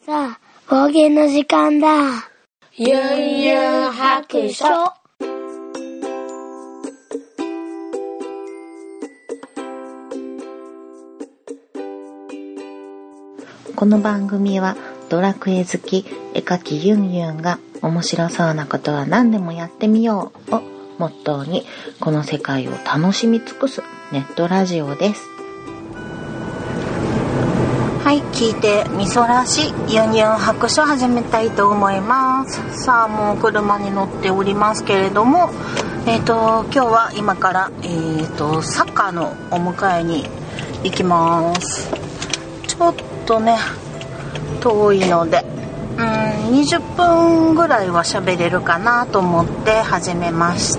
さあ、方言の時間だ。 ユンユン白書。 この番組はドラクエ好き絵描きユンユンが面白そうなことは何でもやってみようをモットーにこの世界を楽しみ尽くすネットラジオです。はい、聞いてみそらしユンユン白書始めたいと思います。さあ、もう車に乗っておりますけれども、今日は今からサッカーのお迎えに行きます。ちょっとね遠いので20分ぐらいは喋れるかなと思って始めました。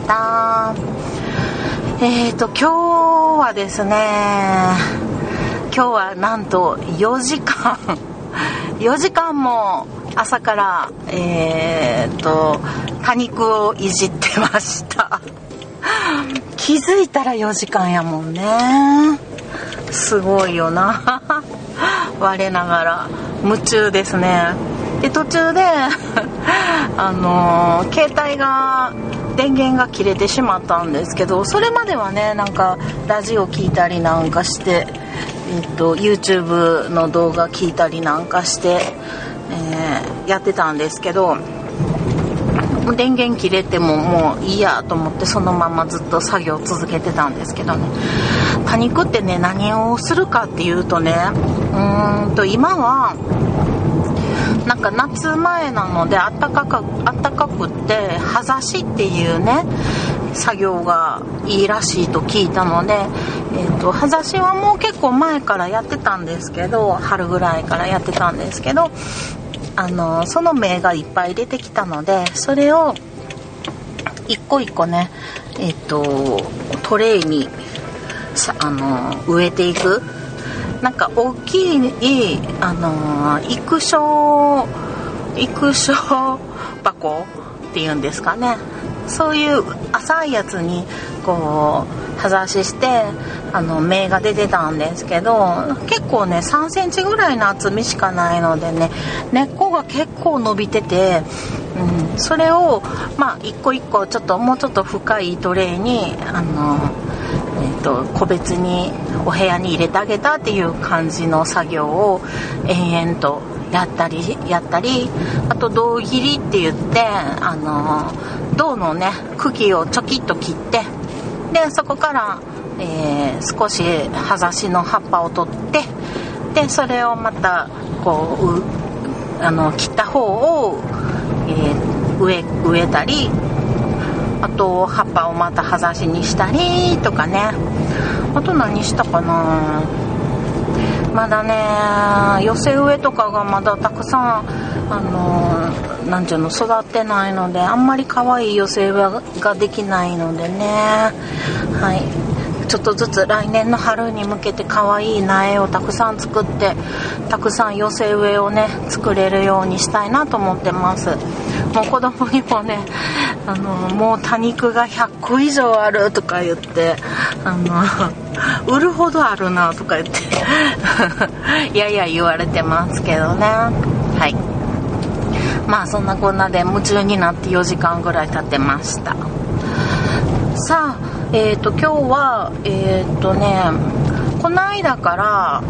今日はですね、今日はなんと4時間も朝から多肉をいじってました。気づいたら4時間やもんね。すごいよな。我ながら夢中ですね。で途中で携帯が電源が切れてしまったんですけど、それまではねなんかラジオ聞いたりなんかして、YouTube の動画聞いたりなんかして、やってたんですけど、電源切れてももういいやと思ってそのままずっと作業続けてたんですけどね。多肉ってね何をするかっていうとね、今はなんか夏前なので暖かくって葉ざしっていうね作業がいいらしいと聞いたので、葉ざしはもう結構前からやってたんですけど、春ぐらいからやってたんですけど、その芽がいっぱい出てきたので、それを一個一個ねトレイに植えていく。なんか大きい育苗箱っていうんですかね、そういう浅いやつにこう葉ざしして芽が出てたんですけど、結構ね3センチぐらいの厚みしかないのでね、根っこが結構伸びてて、それを一個一個もうちょっと深いトレイに個別にお部屋に入れてあげたっていう感じの作業を延々とやったり、あと胴切りって言って胴のね茎をちょきっと切って、でそこから、少し葉ざしの葉っぱを取って、でそれをまたこう切った方を、植えたり、あと葉っぱをまた葉ざしにしたりとかね。あと何したかな。まだね寄せ植えとかがまだたくさんなんていうの育ってないので、あんまり可愛い寄せ植えができないのでね、はい、ちょっとずつ来年の春に向けて可愛い苗をたくさん作って、たくさん寄せ植えをね作れるようにしたいなと思ってます。もう子供にもねもう多肉が100個以上あるとか言って売るほどあるなとか言ってやや言われてますけどね。はい、そんなこんなで夢中になって4時間ぐらい経ってました。さあ今日はこの間から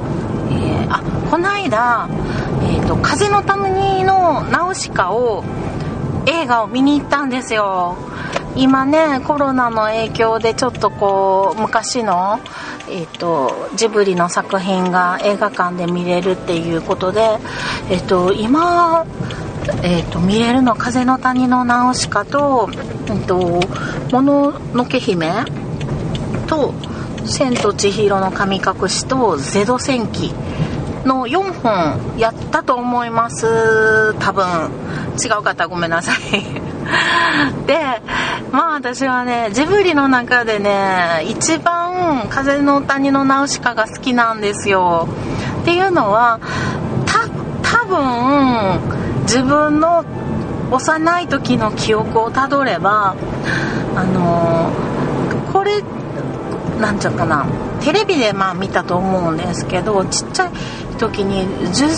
風の谷のナウシカを映画を見に行ったんですよ。今ねコロナの影響でちょっとこう昔の、ジブリの作品が映画館で見れるっていうことで、今、見れるの風の谷のナウシカと、もののけ姫と千と千尋の神隠しとゼド戦記の4本やったと思います。多分違う方ごめんなさいで私はねジブリの中でね一番風の谷のナウシカが好きなんですよ。っていうのは多分自分の幼い時の記憶をたどればこれなんちゃうかな、テレビで見たと思うんですけど、ちっちゃい時に10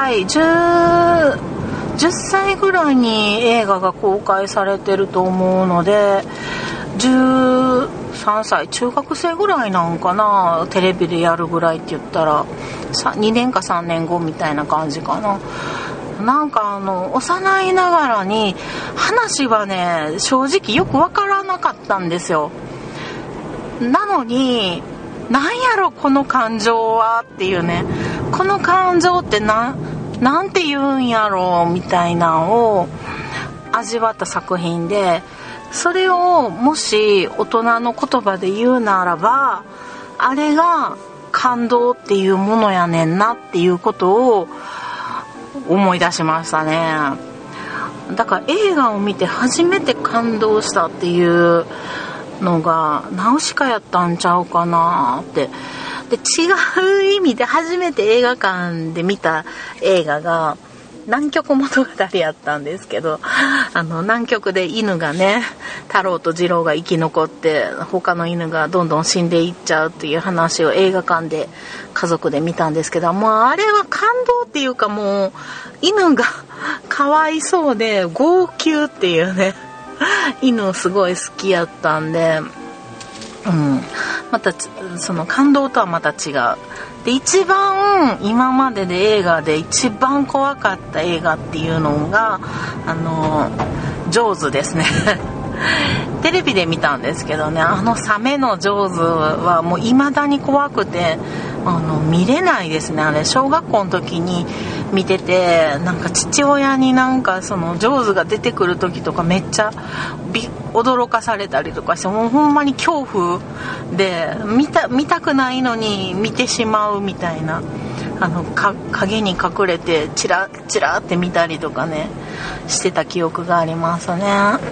歳ぐらいに映画が公開されてると思うので、13歳、中学生ぐらいなんかな、テレビでやるぐらいって言ったら2年か3年後みたいな感じかな。なんか幼いながらに話はね、正直よくわからなかったんですよ。なのになんやろこの感情はっていうね、この感情ってなんて言うんやろうみたいなのを味わった作品で、それをもし大人の言葉で言うならば、あれが感動っていうものやねんなっていうことを思い出しましたね。だから映画を見て初めて感動したっていうのがナウシカやったんちゃうかなって。で、違う意味で初めて映画館で見た映画が南極物語やったんですけど、南極で犬がね、太郎と次郎が生き残って他の犬がどんどん死んでいっちゃうっていう話を映画館で家族で見たんですけど、もうあれは感動っていうか、もう犬がかわいそうで号泣っていうね、犬すごい好きやったんで、またその感動とはまた違う。で、一番今までで映画で一番怖かった映画っていうのがジョーズですね。テレビで見たんですけどね、サメのジョーズはもう未だに怖くて見れないですね。あれ小学校の時に見てて、なんか父親になんかそのジョーズが出てくる時とかめっちゃ驚かされたりとかして、もうほんまに恐怖で見たくないのに見てしまうみたいな、影に隠れてチラチラって見たりとかねしてた記憶がありますね。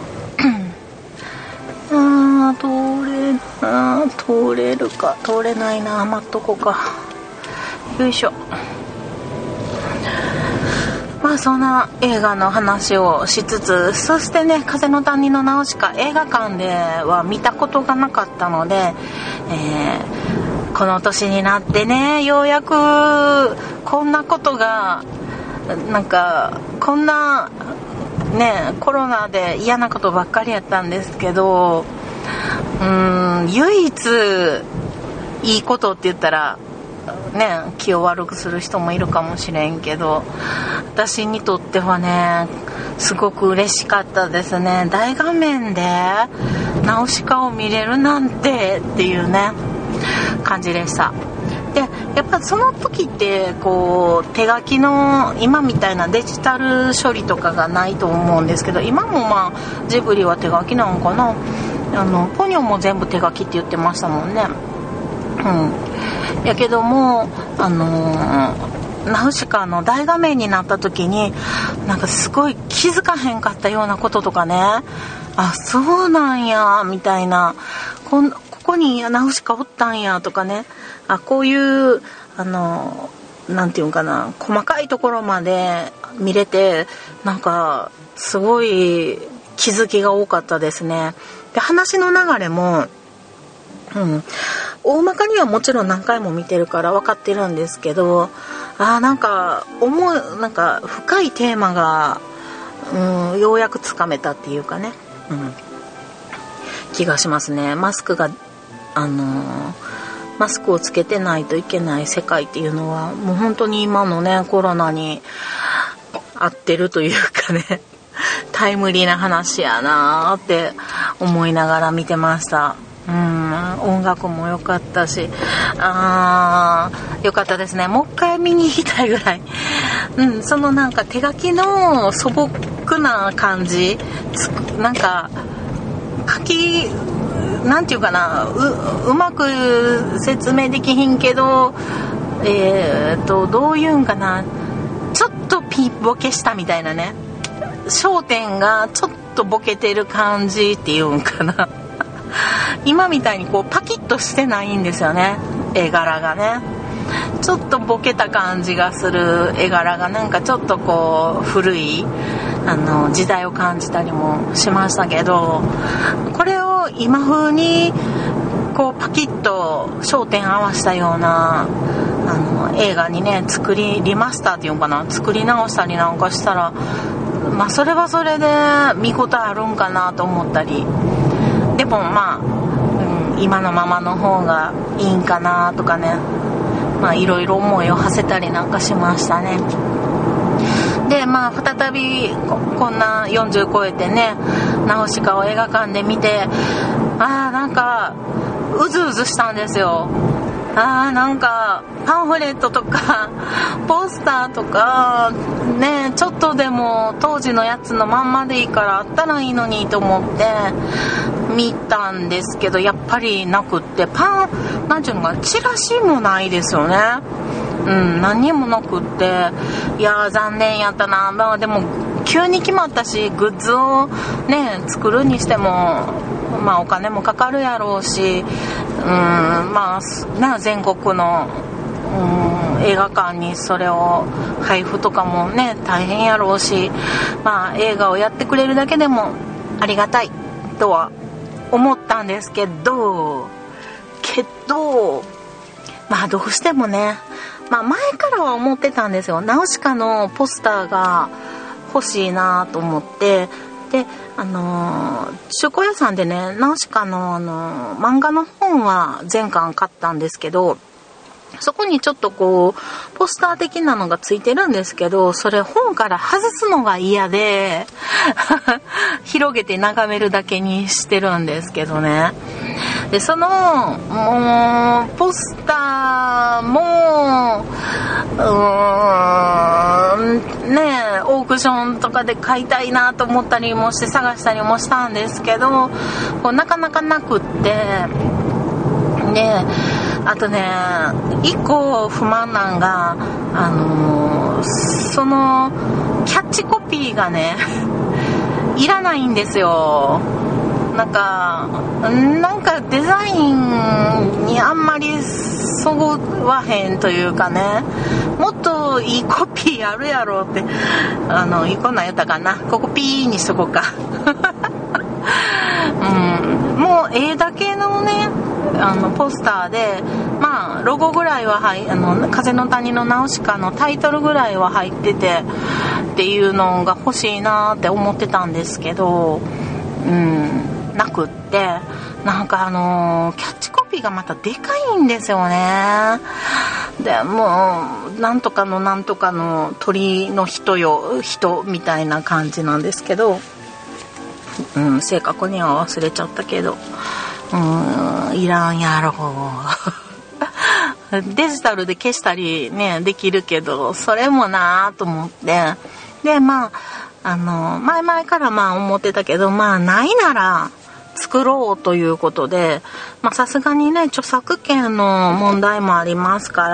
通れるか通れないな、待っとこうか。よいしょ。まあそんな映画の話をしつつ、そしてね、風の谷のナウシカ映画館では見たことがなかったので、この年になってね、ようやくこんなことがなんかこんなね、コロナで嫌なことばっかりやったんですけど、唯一いいことって言ったらね、気を悪くする人もいるかもしれんけど、私にとってはね、すごく嬉しかったですね。大画面でナウシカを見れるなんてっていうね感じでした。で、やっぱその時ってこう手書きの今みたいなデジタル処理とかがないと思うんですけど、今もまあジブリは手書きなのかな。ポニョも全部手書きって言ってましたもんね。やけどもナウシカの大画面になった時になんかすごい気づかへんかったようなこととかね、あ、そうなんやみたいな、ここにナウシカおったんやとかね、あ、こういうなんていうんかな、細かいところまで見れて、なんかすごい気づきが多かったですね。で、話の流れも大まかにはもちろん何回も見てるから分かってるんですけど、なんか深いテーマが、ようやくつかめたっていうかね、気がしますね。マスクをつけてないといけない世界っていうのはもう本当に今のねコロナに合ってるというかね、タイムリーな話やなって思いながら見てました。音楽も良かったし、良かったですね。もう一回見に行きたいぐらい。そのなんか手書きの素朴な感じ、なんかなんていうかな、うまく説明できひんけど、どういうんかな、ちょっとピーボケしたみたいなね、焦点がちょっとボケてる感じっていうんかな。今みたいにこうパキッとしてないんですよね、絵柄がね。ちょっとボケた感じがする絵柄がなんかちょっとこう古い時代を感じたりもしましたけど、これを今風にこうパキッと焦点合わせたような映画にね作りリマスターっていうのかな、作り直したりなんかしたら、まあそれはそれで見応えあるんかなと思ったり、でもまあ、今のままの方がいいんかなとかね、まあいろいろ思いを馳せたりなんかしましたね。でまあ再びこんな40超えてね、ナウシカを映画館で見て、なんかうずうずしたんですよ。なんかパンフレットとかポスターとかね、ちょっとでも当時のやつのまんまでいいからあったらいいのにと思って見たんですけど、やっぱりなくって、なんていうのか、チラシもないですよね。何にもなくって、いや残念やったな。まあでも急に決まったし、グッズをね作るにしてもまあお金もかかるやろうし、まあ全国の映画館にそれを配布とかもね大変やろうし、まあ映画をやってくれるだけでもありがたいとは思ったんですけど、まあどうしてもね、まあ前からは思ってたんですよ。ナウシカのポスターが欲しいなと思って、で中古屋さんでね、ナウシカの漫画の本は全巻買ったんですけど、そこにちょっとこうポスター的なのがついてるんですけど、それ本から外すのが嫌で広げて眺めるだけにしてるんですけどね。でそのポスターもねオークションとかで買いたいなと思ったりもして探したりもしたんですけど、こうなかなかなくって、であとね一個不満なんがそのキャッチコピーがねいらないんですよ。なんかデザインにあんまりそぐわへんというかね、もっといいコピーあるやろって、こんなん言ったかな、ここピーにしとこうかもう絵だけのねポスターで、まあロゴぐらいは風の谷のナウシカのタイトルぐらいは入っててっていうのが欲しいなって思ってたんですけど、なくって、なんかキャッチコピーがまたでかいんですよね。でもうなんとかの鳥の人みたいな感じなんですけど、正確には忘れちゃったけど、いらんやろデジタルで消したりねできるけど、それもなと思って、でまあ前々から思ってたけど、ないなら作ろうということで、さすがにね著作権の問題もありますから、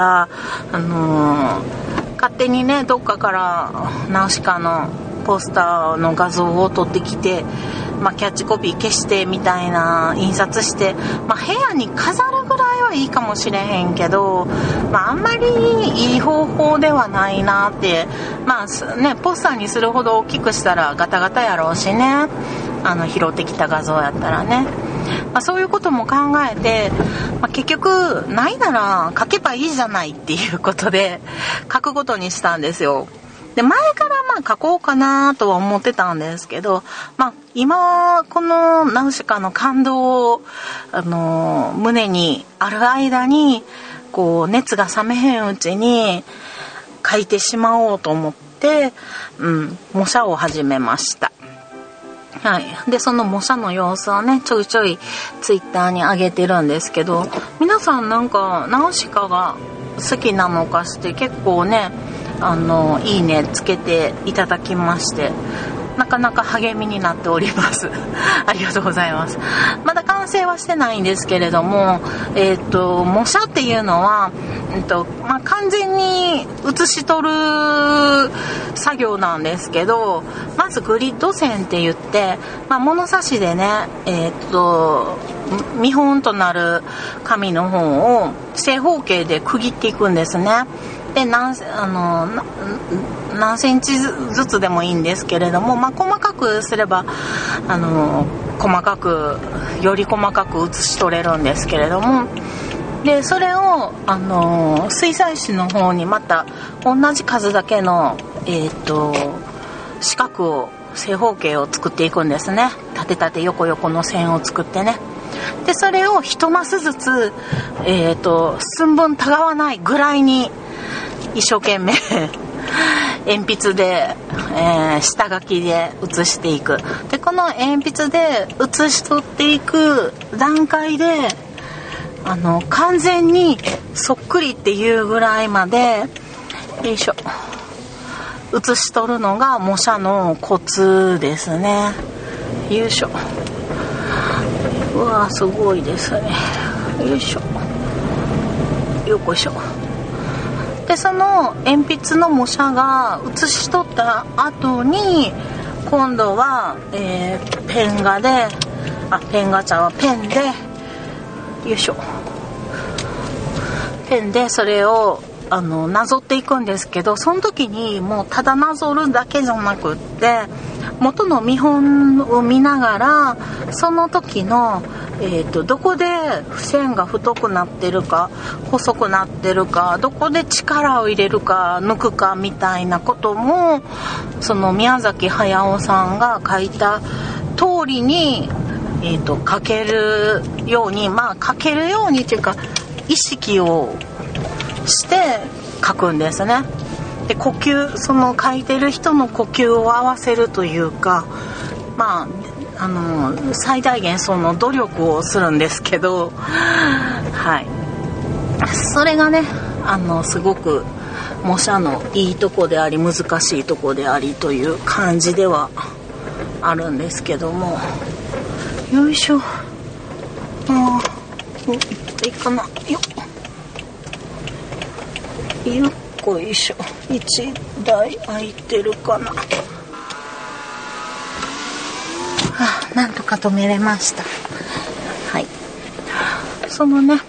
勝手にねどっかからナウシカのポスターの画像を撮ってきて、キャッチコピー消してみたいな、印刷して、部屋に飾るぐらいはいいかもしれへんけど、あんまりいい方法ではないなって、ポスターにするほど大きくしたらガタガタやろうしね、拾ってきた画像やったらね、そういうことも考えて、結局ないなら書けばいいじゃないっていうことで書くことにしたんですよ。で前から書こうかなとは思ってたんですけど、今このナウシカの感動を胸にある間にこう熱が冷めへんうちに書いてしまおうと思って、模写を始めました。はい。でその模写の様子をねちょいちょいツイッターに上げてるんですけど、皆さんナウシカが好きなのかして結構ねいいねつけていただきまして、なかなか励みになっておりますありがとうございます。まだ完成はしてないんですけれども、模写っていうのは、完全に写し取る作業なんですけど、まずグリッド線って言って、物差しでね見本となる紙の方を正方形で区切っていくんですね。で何センチずつでもいいんですけれども、細かくすればより細かく写し取れるんですけれども、 でそれを、水彩紙の方にまた同じ数だけの、四角を正方形を作っていくんですね。縦横の線を作ってね。でそれを一マスずつ、寸分たがわないぐらいに一生懸命鉛筆で、下書きで写していく。でこの鉛筆で写し取っていく段階で完全にそっくりっていうぐらいまでよいしょ写し取るのが模写のコツですね。よいしょ。うわすごいですね。よいしょよっこいしょ。でその鉛筆の模写が写し取った後に今度は、ペンでよいしょペンでそれをなぞっていくんですけど、その時にもうただなぞるだけじゃなくって元の見本を見ながらその時の、どこで線が太くなってるか細くなってるかどこで力を入れるか抜くかみたいなこともその宮崎駿さんが書いた通りに、書けるように書けるようにっていうか意識をして書くんですね。で呼吸その書いてる人の呼吸を合わせるというか最大限その努力をするんですけど、はいそれがねすごく模写のいいとこであり難しいとこでありという感じではあるんですけども、よいしょいいかなよっこいしょ。1台空いてるかな。なんとか止めれました。はいそのね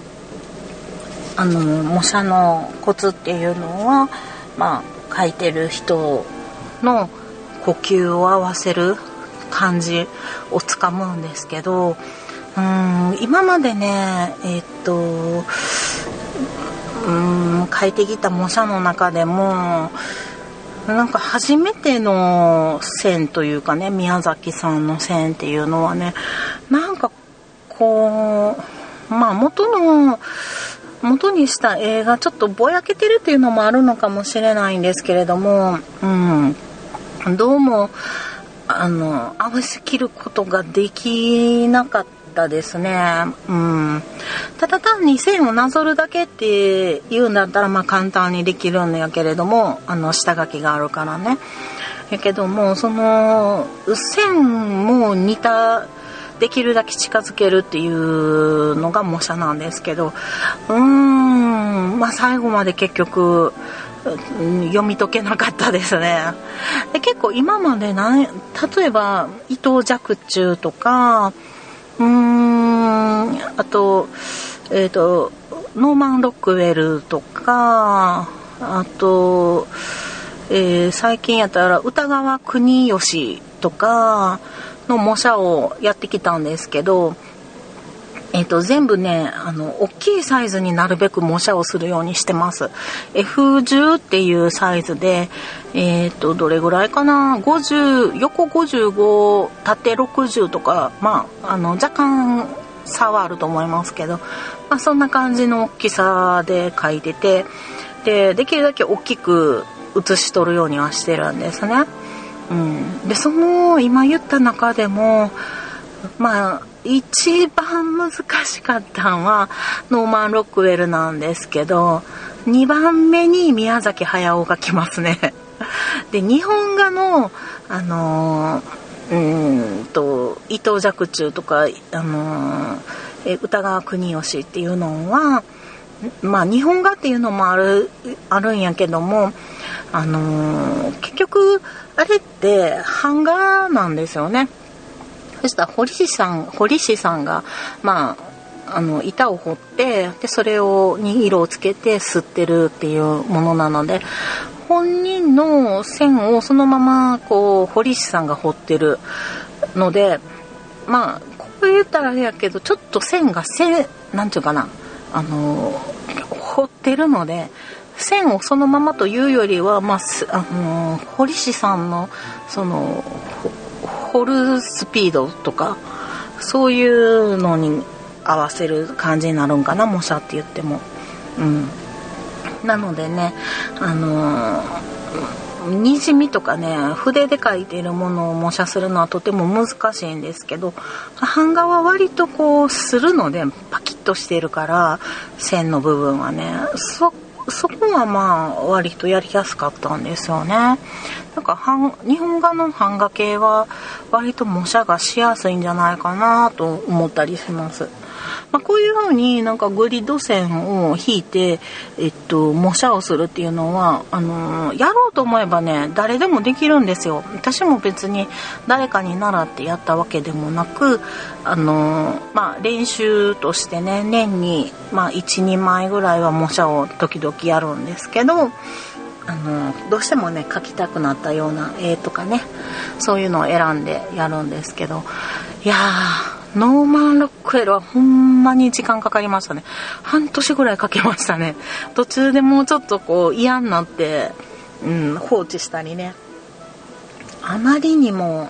模写のコツっていうのは書いてる人の呼吸を合わせる感じをつかむんですけど、今までね書いてきた模写の中でもなんか初めての線というかね宮崎さんの線っていうのはねなんかこう元にした絵がちょっとぼやけてるっていうのもあるのかもしれないんですけれども、どうも合わせきることができなかったですね。ただ単に線をなぞるだけっていうんだったら簡単にできるんやけれども下書きがあるからね。やけどもその線もできるだけ近づけるっていうのが模写なんですけど、最後まで結局読み解けなかったですね。で結構今まで例えば伊藤若冲とかあとノーマン・ロックウェルとかあと、最近やったら歌川国芳とかの模写をやってきたんですけど、全部ね大きいサイズになるべく模写をするようにしてます。 F10 っていうサイズでどれぐらいかな50横55縦60とか若干差はあると思いますけど、そんな感じの大きさで描いててできるだけ大きく写し取るようにはしてるんですね。でその今言った中でも一番難しかったのはノーマン・ロックウェルなんですけど2番目に宮崎駿が来ますね。で日本画の伊藤若冲とか歌川国芳っていうのは日本画っていうのもあるんやけども結局あれって版画なんですよね。そしたら彫師さんが板を彫ってでそれに色をつけて吸ってるっていうものなので本人の線をそのまま彫師さんが彫ってるのでこう言ったらあれやけどちょっと線がなんていうかな彫ってるので、線をそのままというよりは、彫り師さんのその彫るスピードとかそういうのに合わせる感じになるんかな、模写って言っても。なのでね、にじみとかね、筆で描いているものを模写するのはとても難しいんですけど、版画は割とこうするのでパキッとしているから、線の部分はね、そこはまあ割とやりやすかったんですよね。なんか日本画の版画系は割と模写がしやすいんじゃないかなと思ったりします。こういう風になんかグリッド線を引いて、模写をするっていうのはやろうと思えばね、誰でもできるんですよ。私も別に誰かに習ってやったわけでもなく、練習としてね、年に1、2枚ぐらいは模写を時々やるんですけど、どうしてもね描きたくなったような絵とかね、そういうのを選んでやるんですけど、いやー、ノーマン・ロックウェルはほんまに時間かかりましたね。半年ぐらいかけましたね。途中でもうちょっとこう嫌になって、放置したりね。あまりにも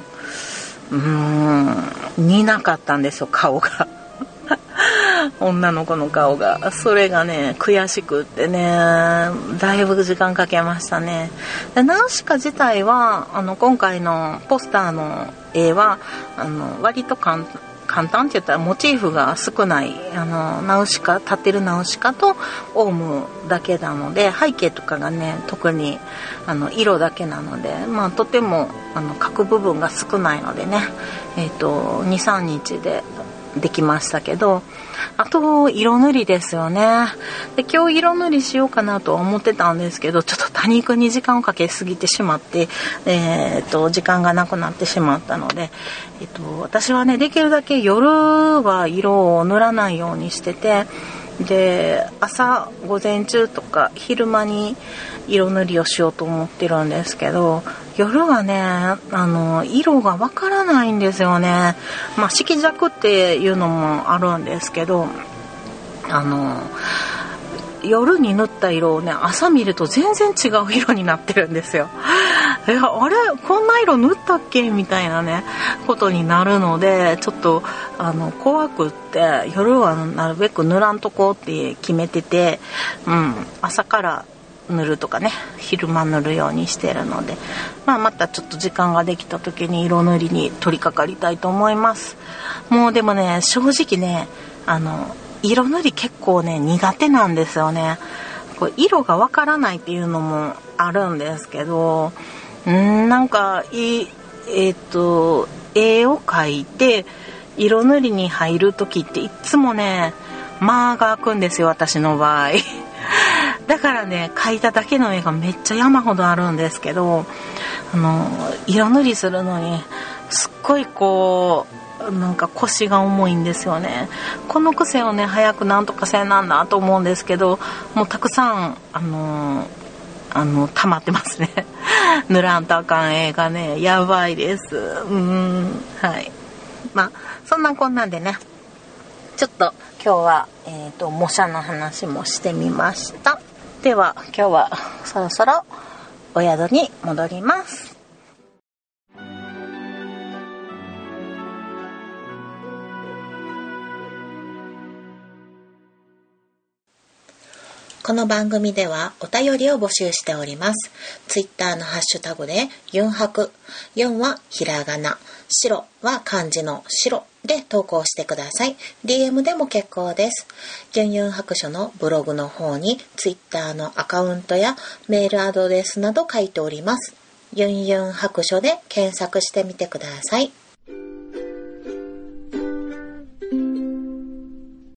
似なかったんですよ、顔が。女の子の顔が。それがね悔しくってね、だいぶ時間かけましたね。でナウシカ自体は今回のポスターの絵は割と簡単って言ったらモチーフが少ないナウシカ、立ってるナウシカとオウムだけなので、背景とかがね特に色だけなので、とても描く部分が少ないのでね、2、3日でできましたけど、あと色塗りですよね。で今日色塗りしようかなとは思ってたんですけど、ちょっと多肉に時間をかけすぎてしまって、時間がなくなってしまったので、私はねできるだけ夜は色を塗らないようにしてて、で朝午前中とか昼間に色塗りをしようと思ってるんですけど、夜はね色がわからないんですよね。色弱っていうのもあるんですけど、夜に塗った色をね朝見ると全然違う色になってるんですよ。あれこんな色塗ったっけみたいなねことになるので、ちょっと怖くって夜はなるべく塗らんとこって決めてて、朝から塗るとかね、昼間塗るようにしてるので、またちょっと時間ができた時に色塗りに取り掛かりたいと思います。もうでもね正直ね色塗り結構ね苦手なんですよね。こう色がわからないっていうのもあるんですけど、なんか絵を描いて色塗りに入る時っていつもね間が空くんですよ、私の場合。だからね描いただけの絵がめっちゃ山ほどあるんですけど、色塗りするのにすっごいこうなんか腰が重いんですよね。この癖をね早くなんとかせなんだと思うんですけど、もうたくさん溜まってますね。塗らんとあかん絵がねやばいです。はい。そんなこんなんでね、ちょっと今日は模写の話もしてみました。では今日はそろそろお宿に戻ります。 この番組ではお便りを募集しております。ツイッターのハッシュタグでユンハク、4はひらがな、白は漢字の白で投稿してください。DM でも結構です。ユンユン白書のブログの方にツイッターのアカウントやメールアドレスなど書いております。ユンユン白書で検索してみてください。